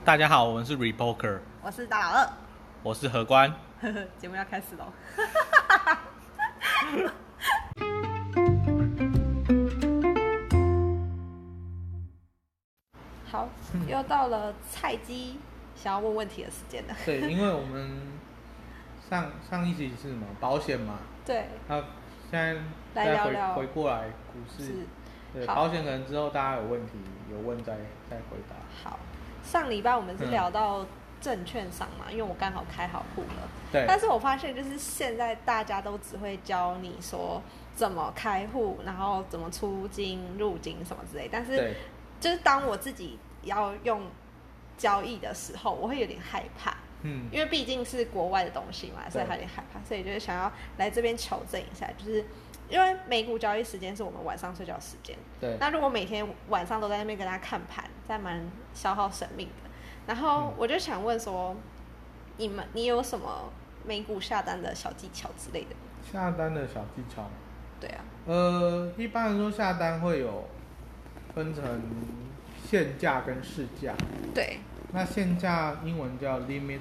大家好，我们是 Repoker， 我是大老二， 我是何官。 节目要开始喽。好，又到了菜鸡想要问问题的时间了。 对，因为我们上一集是什么保险嘛， 对， 那现在来聊聊回过来股市，对保险可能之后大家有问题有问再回答。 好，上礼拜我们是聊到证券上嘛，因为我刚好开好户了。 对。 但是我发现就是现在大家都只会教你说怎么开户，然后怎么出金、入金什么之类，但是就是当我自己要用交易的时候，我会有点害怕。因为毕竟是国外的东西嘛，所以还有点害怕，所以就是想要来这边求证一下，就是因为美股交易时间是我们晚上睡觉时间， 对。 那如果每天晚上都在那边跟他看盘，这蛮消耗生命的。然后我就想问说，你有什么美股下单的小技巧之类的？ 下单的小技巧？ 对啊。 一般来说下单会有分成限价跟市价。对。那限价英文叫 limit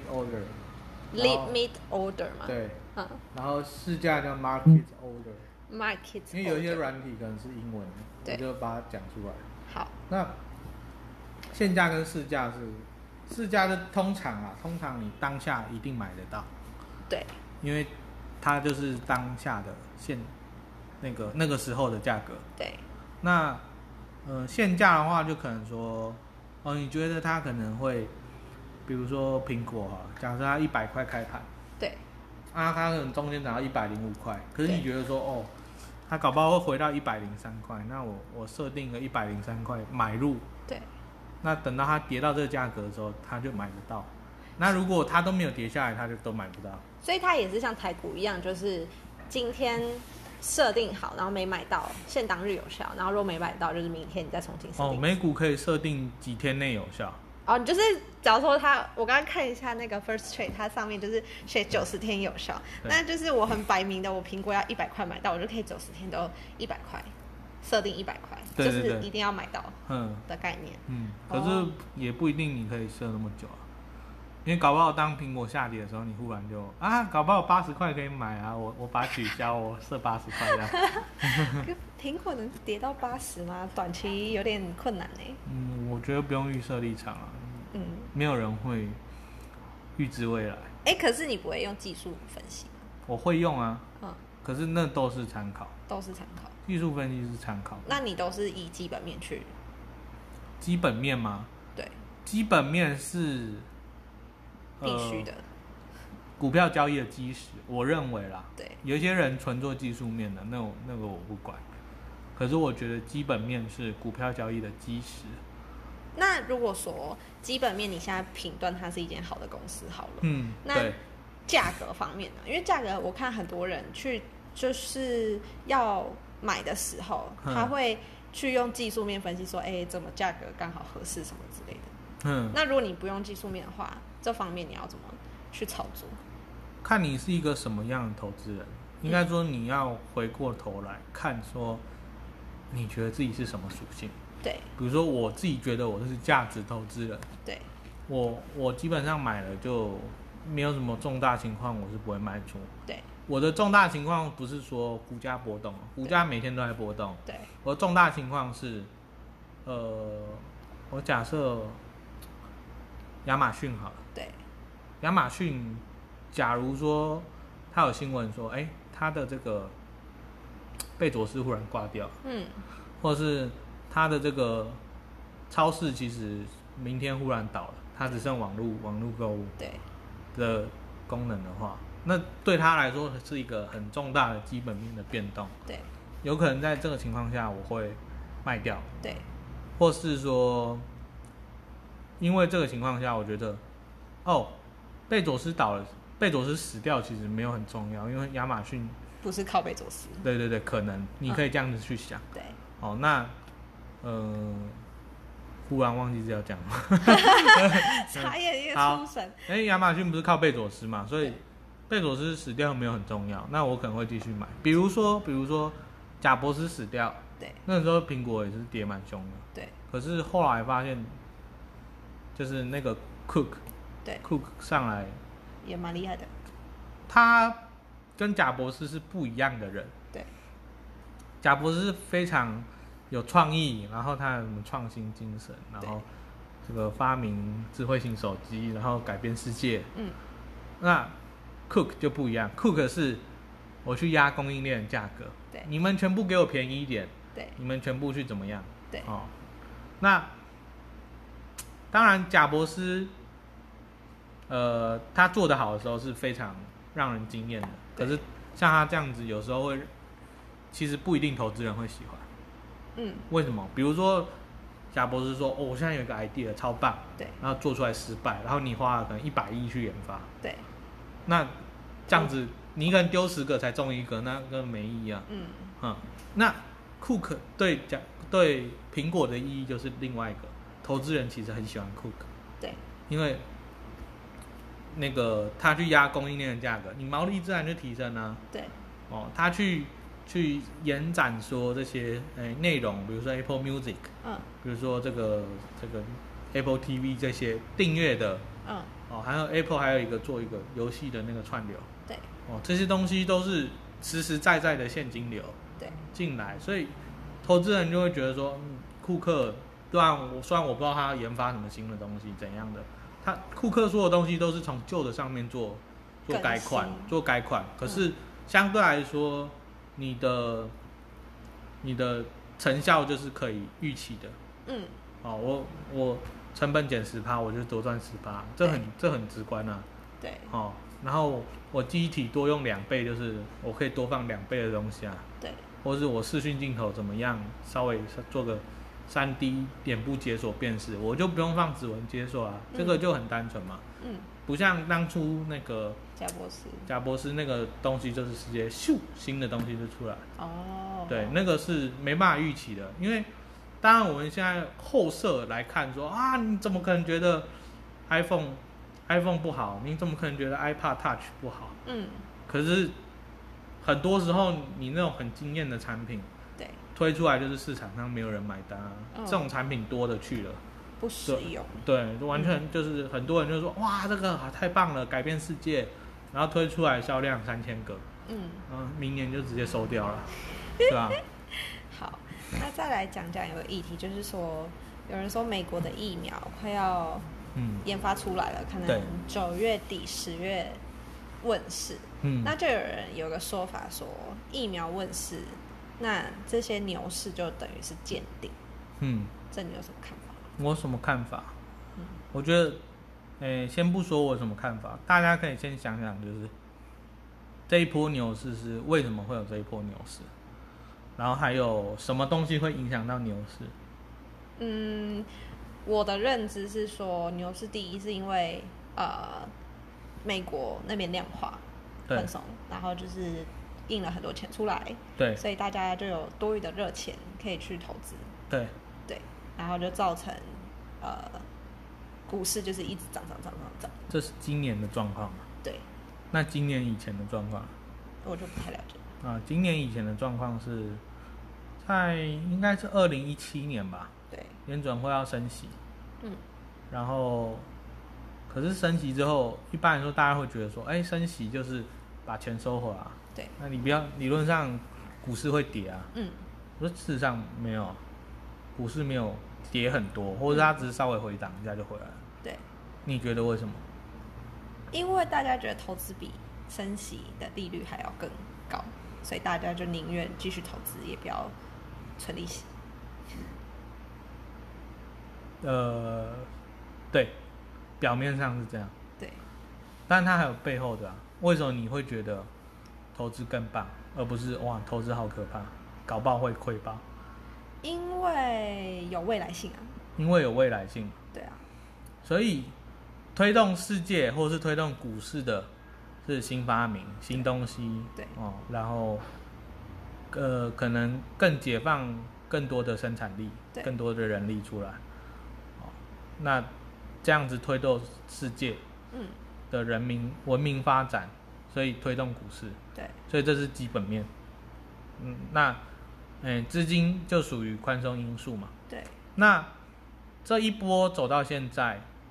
order。limit order 嘛。 对。然后市价叫 market order。market。因为有一些软体可能是英文，我就把它讲出来。 好。 那限价跟市价市价的通常你当下一定买得到。对。因为它就是当下的那个时候的价格。对。那限价的话就可能说。你觉得它可能会，比如说苹果假设它100块开盘，对，它可能中间涨到105块，可是你觉得说，它搞不好会回到103块，那我设定个103块买入，对，那等到它跌到这个价格的时候，它就买得到。那如果它都没有跌下来，它就都买不到。 所以它也是像台股一样，就是今天设定好，然后没买到，限当日有效，然后如果没买到，就是明天你再重新设定。 美股可以设定几天内有效。 你就是假如说我刚刚看一下那个 First Trade， 它上面就是写90天有效，那就是我很摆明的，我苹果要100块买到，我就可以90天都100块，设定100块，就是一定要买到的概念。 可是也不一定你可以设那么久啊。因为搞不好当苹果下跌的时候，你忽然就搞不好80块可以买啊，我把它取消，我设80块这样。 苹果能跌到80吗？短期有点困难欸。 我觉得不用预设立场啊。没有人会预知未来。 可是你不会用技术分析吗？ 我会用啊。可是那都是参考。 都是参考。 技术分析是参考。 那你都是以基本面去？ 基本面吗？对。基本面是。 必须的， 股票交易的基石，我认为啦。 对， 有一些人纯做技术面的，那个我不管。可是我觉得基本面是股票交易的基石。 那如果说基本面你现在评断它是一间好的公司好了，那价格方面呢？因为价格我看很多人去就是要买的时候，他会去用技术面分析说，怎么价格刚好合适什么之类的。那如果你不用技术面的话，这方面你要怎么去操作？ 看你是一个什么样的投资人，应该说你要回过头来看说，你觉得自己是什么属性？对，比如说我自己觉得我是价值投资人，对，我基本上买了就没有什么重大情况，我是不会卖出。对，我的重大情况不是说股价波动，股价每天都在波动。对，我的重大情况是，我假设亚马逊好了。对，亚马逊，假如说他有新闻说，他的这个贝佐斯忽然挂掉，或者是他的这个超市其实明天忽然倒了，他只剩网络购物的功能的话，那对他来说是一个很重大的基本面的变动。对，有可能在这个情况下我会卖掉。对，或是说，因为这个情况下，我觉得。贝佐斯倒了，贝佐斯死掉其实没有很重要，因为亚马逊不是靠贝佐斯。 对，可能你可以这样子去想。对。那忽然忘记是要讲了。 眨眼一个出神。 亚马逊不是靠贝佐斯嘛，所以贝佐斯死掉没有很重要，那我可能会继续买。比如说贾伯斯死掉，对，那时候苹果也是跌蛮凶的。对。可是后来发现就是那个 Cook， 对 ，Cook 上来也蛮厉害的。 他跟贾博士是不一样的人。 对， 贾博士是非常有创意，然后他有什么创新精神，然后这个发明智慧型手机，然后改变世界。那 Cook 就不一样 ，Cook 是我去压供应链的价格， 对， 你们全部给我便宜一点， 对， 你们全部去怎么样？ 对， 那当然贾博士，他做得好的时候是非常让人惊艳的，可是像他这样子，有时候会，其实不一定投资人会喜欢。为什么？比如说贾博士说：“哦，我现在有一个 idea 超棒， 对， 然后做出来失败，然后你花了可能100亿去研发， 对， 那这样子你一个人丢10个才中1个，那跟没意义啊。那 Cook 对苹果的意义就是另外一个，投资人其实很喜欢 Cook， 对， 因为那个他去压供应链的价格，你毛利自然就提升啊。 对， 他去延展说这些内容，比如说 Apple Music，比如说这个 Apple TV 这些订阅的，还有 Apple 还有一个做一个游戏的那个串流， 对， 这些东西都是实实在在的现金流， 对， 进来，所以投资人就会觉得说，库克，虽然我不知道他研发什么新的东西怎样的，库克所有东西都是从旧的上面做改款，可是相对来说，你的成效就是可以预期的。我成本减10%，我就多赚10%，这很直观啊。 对。 然后我记忆体多用2倍，就是我可以多放2倍的东西啊。 对。 或是我视讯镜头怎么样，稍微做个3D 脸部解锁辨识，我就不用放指纹解锁啊，这个就很单纯嘛。不像当初那个贾博士那个东西，就是直接咻新的东西就出来。对，那个是没办法预期的，因为当然我们现在后设来看说啊，你怎么可能觉得 iPhone 不好？你怎么可能觉得 iPod Touch 不好？可是很多时候你那种很惊艳的产品， 对， 推出来就是市场上没有人买单啊。这种产品多的去了。 不实用， 对，完全就是很多人就说哇，这个太棒了，改变世界，然后推出来销量3000个，明年就直接收掉了，是吧？ 好，那再来讲有个议题，就是说有人说美国的疫苗快要研发出来了，可能9月底10月问世，那就有人有个说法说疫苗问世，那这些牛市就等于是见顶，这你有什么看法？ 我有什么看法？我觉得，先不说我有什么看法，大家可以先想想，就是这一波牛市是为什么会有这一波牛市，然后还有什么东西会影响到牛市？ 我的认知是说，牛市第一是因为美国那边量化宽松，然后就是印了很多钱出来， 对， 所以大家就有多余的热钱可以去投资， 对。 然后就造成股市就是一直涨， 这是今年的状况吗？ 对。 那今年以前的状况， 我就不太了解。 今年以前的状况是在应该是2017年吧？ 对。 联准会要升息，然后可是升息之后，一般来说大家会觉得说，升息就是把钱收回来， 对。 那你不要理论上股市会跌啊，我说事实上没有。股市没有跌很多，或者它只是稍微回档一下就回来了。 对， 你觉得为什么？ 因为大家觉得投资比升息的利率还要更高，所以大家就宁愿继续投资，也不要存利息。 对，表面上是这样。 对， 但它还有背后的啊。为什么你会觉得投资更棒，而不是哇投资好可怕，搞不好会亏爆？ 因为有未来性啊。 因为有未来性。 对啊。 所以推动世界或是推动股市的是新发明、新东西。 对。 然后可能更解放更多的生产力，更多的人力出来。那这样子推动世界的人民文明发展，所以推动股市。 对。 所以这是基本面。那资金就属于宽松因素嘛。 对。 那这一波走到现在，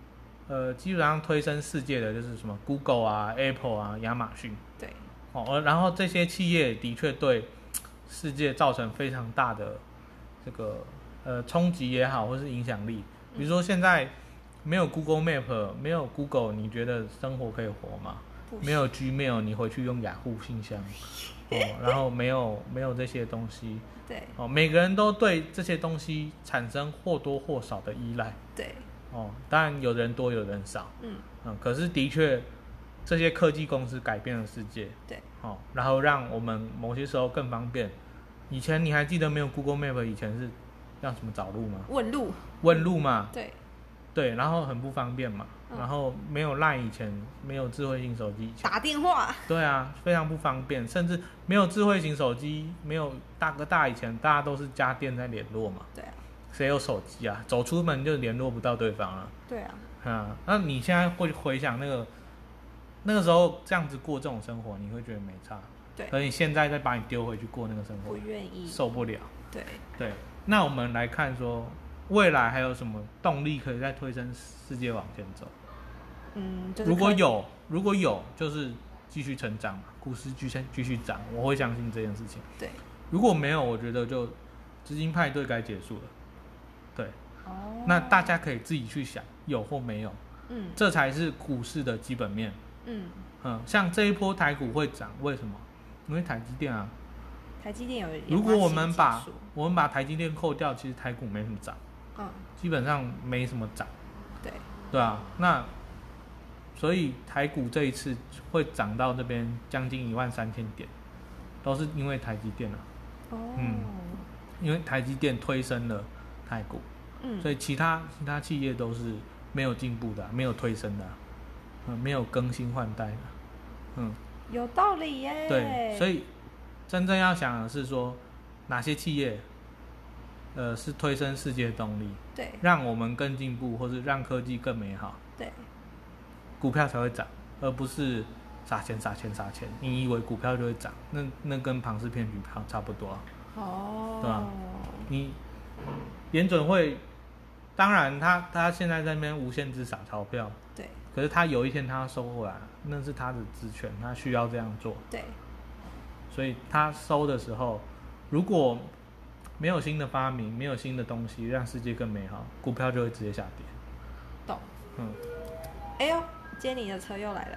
基本上推升世界的就是什么 Google 啊、Apple 啊、亚马逊。 对。 然后这些企业的确对世界造成非常大的这个冲击也好，或是影响力。比如说现在没有 Google Map， 没有 Google， 你觉得生活可以活吗？没有 Gmail， 你回去用雅虎信箱。然后没有这些东西。 对。 每个人都对这些东西产生或多或少的依赖。 对。 当然有人多有人少。可是的确这些科技公司改变了世界。 对。 然后让我们某些时候更方便。以前你还记得没有 Google Map 以前是要什么找路吗？问路嘛。对，然后很不方便嘛。然后没有 LINE 以前，没有智慧型手机以前， 打电话。 对啊，非常不方便，甚至没有智慧型手机，没有大哥大以前，大家都是家电在联络嘛。 对啊。 谁有手机啊？走出门就联络不到对方了。 对啊。 那你现在会回想那个时候这样子过这种生活，你会觉得没差。 对。 可你现在再把你丢回去过那个生活， 不愿意， 受不了。 对。 那我们来看说，未来还有什么动力可以再推升世界往前走？ 就是如果有，就是继续成长嘛，股市继续涨，我会相信这件事情。 对。 如果没有，我觉得就资金派对该结束了。对。那大家可以自己去想，有或没有。这才是股市的基本面。像这一波台股会涨，为什么？因为台积电啊。 台积电有。 如果我们把台积电扣掉，其实台股没什么涨。基本上没什么涨。对啊，那所以台股这一次会涨到这边将近13000点，都是因为台积电啊。因为台积电推升了台股。所以其他企业都是没有进步的，没有推升的。没有更新换代的。 有道理耶。 对，所以真正要想的是说，哪些企业是推升世界的动力， 对， 让我们更进步，或是让科技更美好， 对， 股票才会涨，而不是撒钱。你以为股票就会涨，那跟庞氏骗局差不多。对吧？你联准会，当然他现在在那边无限制撒钞票， 对， 可是他有一天他要收回来，那是他的职权，他需要这样做。 对， 所以他收的时候，如果没有新的发明，没有新的东西让世界更美好，股票就会直接下跌。 懂。哎呦，接你的车又来了。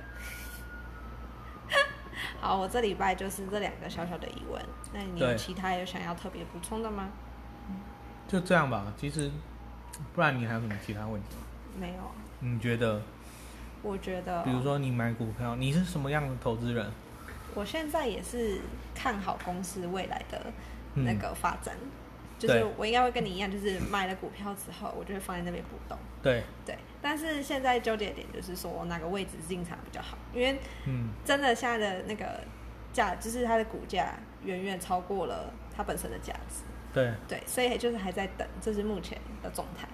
好，我这礼拜就是这2个小小的疑问，那你有其他有想要特别补充的吗？ 就这样吧，其实不然你还有什么其他问题吗？ 没有。 你觉得？ 我觉得， 比如说你买股票，你是什么样的投资人？ 我现在也是看好公司未来的那个发展。就是我应该会跟你一样，就是买了股票之后，我就会放在那边不动。 对。 但是现在纠结点就是说哪个位置进场比较好，因为真的现在的那个就是它的股价远远超过了它本身的价值。对，所以就是还在等，这是目前的状态。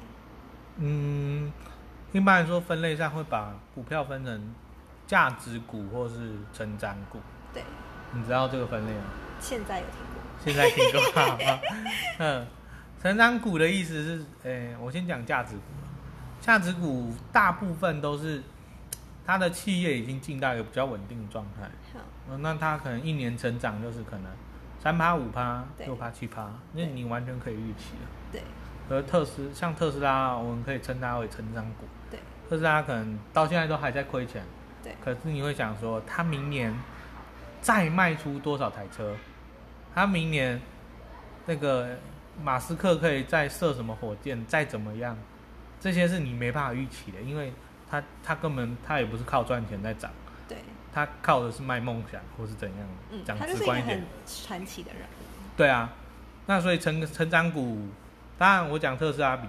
一般来说分类上会把股票分成价值股或是成长股。 对。 你知道这个分类吗？ 现在有听过。 现在听过。成长股的意思是，我先讲价值股。价值股大部分都是它的企业已经进到一个比较稳定的状态。那它可能一年成长就是可能3%、5%、6%、7%，那你完全可以预期了。 对。 而像特斯拉，我们可以称它为成长股。 对。 特斯拉可能到现在都还在亏钱。 对。 可是你会想说，它明年再卖出多少台车？它明年那个马斯克可以再射什么火箭，再怎么样，这些是你没办法预期的，因为他根本他也不是靠赚钱在涨。 对。他靠的是卖梦想或是怎样的。讲直观一点。他就是一个很传奇的人。 对啊，那所以成长股，当然我讲特斯拉比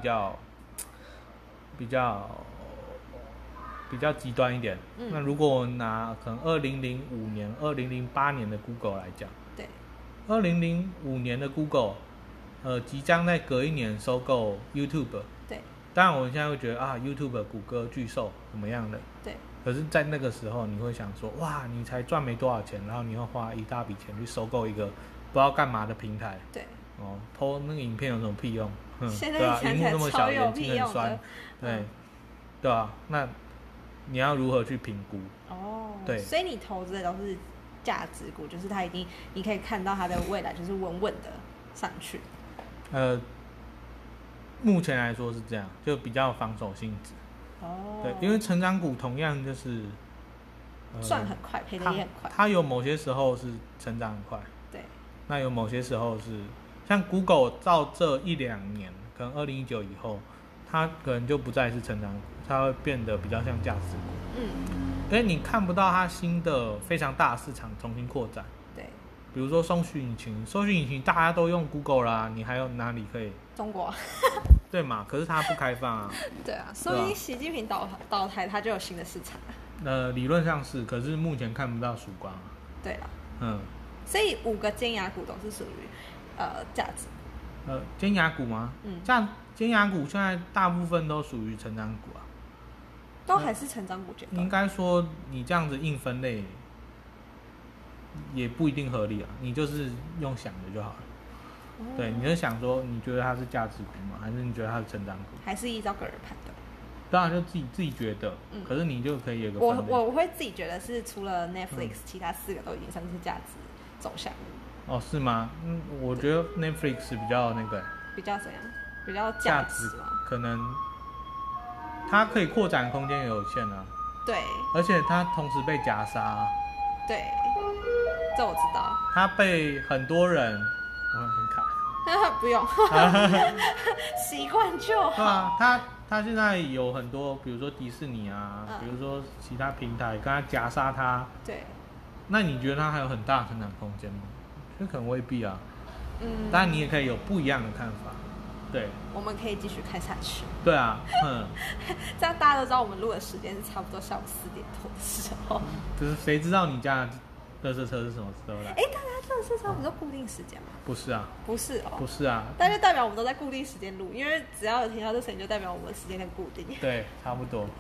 较极端一点。那如果我拿可能2005年、2008年的 Google 来讲。 对。 2005年的 Google，即将在隔一年收购 YouTube。 对。 当然我现在会觉得YouTube 谷歌巨兽怎么样的。 对。 可是，在那个时候，你会想说，哇，你才赚没多少钱，然后你要花一大笔钱去收购一个不知道干嘛的平台。 对。 PO 那个影片有什么屁用？ 现在想起来超有屁用的。 对。 对啊，那你要如何去评估？对， 所以你投资的都是价值股，就是它一定你可以看到它的未来就是稳稳的上去。 目前来说是这样，就比较防守性质。对，因为成长股同样就是。 赚很快，赔的也很快。 它有某些时候是成长很快， 对。 那有某些时候是，像 Google 到这1-2年，可能2019以后，它可能就不再是成长股，它会变得比较像价值股。因为你看不到它新的非常大的市场重新扩展。 对。 比如说搜寻引擎大家都用 Google 啦，你还有哪里可以？ 中国。 对嘛？可是它不开放啊。 对啊，说不定习近平倒台，它就有新的市场。 理论上是，可是目前看不到曙光。 对了，所以5个尖牙股都是属于价值。 尖牙股吗？尖牙股现在大部分都属于成长股啊。 都还是成长股阶段。 应该说你这样子硬分类也不一定合理啊，你就是用想的就好了。对，你就想说，你觉得它是价值股吗？还是你觉得它是成长股？ 还是依照个人判断？ 当然就自己觉得，可是你就可以有个分类。 我会自己觉得是除了 Netflix，其他4个都已经算是价值走向。 是吗？我觉得 Netflix 比较那个。 比较怎样？比较价值吗？ 可能它可以扩展空间有限啊。 对。 而且它同时被夹杀。 对，这我知道。 它被很多人，我先看。 不用，习惯就好。 对啊，他现在有很多，比如说迪士尼啊，比如说其他平台跟他夹杀他。 对。 那你觉得他还有很大的成长空间吗？就可能未必啊。当然你也可以有不一样的看法。对。 我们可以继续看下去。 对啊， 这样大家都知道我们录的时间是差不多下午4点多的时候。 就是谁知道你家的垃圾车是什么时候来？ 大家垃圾车不是固定时间吗？ 不是啊。 不是哦。 不是啊。 但就代表我们都在固定时间录，因为只要有听到这声音，就代表我们的时间很固定。 对，差不多。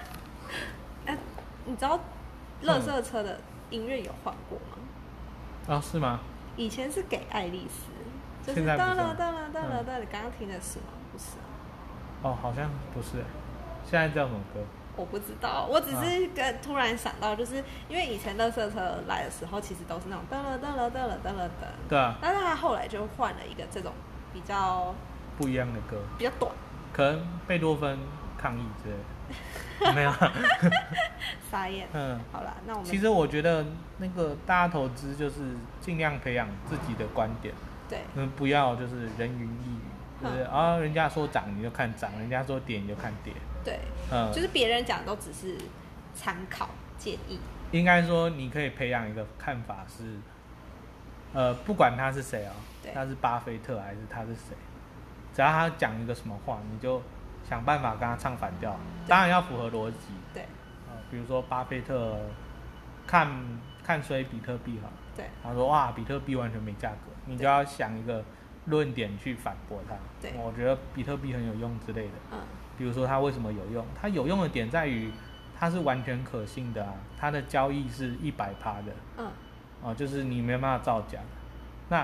你知道垃圾车的音乐有换过吗？ 是吗？ 以前是给爱丽丝，就是哒了，你刚刚听的是吗？不是啊。 好像不是。现在叫什么歌？ 我不知道，我只是突然想到，就是因为以前垃圾车来的时候，其实都是那种噔了。 对啊。 但是他后来就换了一个这种比较不一样的歌， 比较短。 可能贝多芬抗议之类的。没有。 傻眼。好啦，那我们其实我觉得那个大家投资就是尽量培养自己的观点。 对。 不要就是人云亦云，就是人家说涨你就看涨，人家说跌你就看跌。 对。就是别人讲都只是参考建议。 应该说你可以培养一个看法是，不管他是谁他是巴菲特还是他是谁，只要他讲一个什么话，你就想办法跟他唱反调，当然要符合逻辑。 对。 比如说巴菲特看衰比特币对。 他说哇，比特币完全没价格，你就要想一个论点去反驳他。 对。 我觉得比特币很有用之类的。比如说它为什么有用？它有用的点在于它是完全可信的它的交易是100%的。就是你没办法造假。那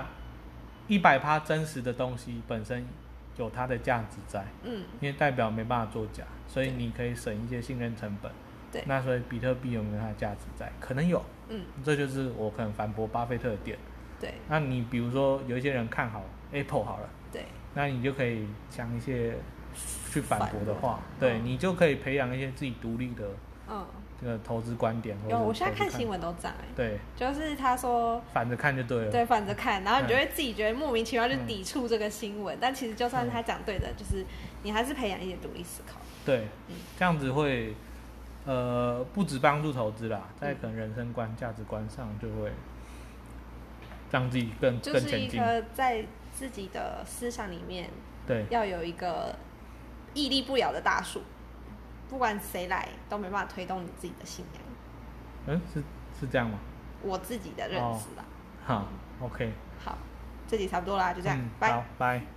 100%真实的东西本身有它的价值在。因为代表没办法作假，所以你可以省一些信任成本。 对。 那所以比特币有没有它的价值在？可能有。这就是我可能反驳巴菲特的点。 对。 那你比如说有一些人看好 Apple 好了。 对。 那你就可以想一些去反驳的话，对，你就可以培养一些自己独立的这个投资观点。 我现在看新闻都这样。 对。 就是他说反着看就对了。 对，反着看，然后你就会自己觉得莫名其妙就抵触这个新闻，但其实就算他讲对的，就是你还是培养一点独立思考。 对。这样子会不只帮助投资啦，在可能人生观、价值观上就会让自己更前进。 就是一个在自己的思想里面， 对， 要有一个屹立不了的大树，不管谁来都没办法推动你自己的信仰。 是这样吗？ 我自己的认知啦。 好 ，OK。 好，这集差不多啦，就这样，拜拜。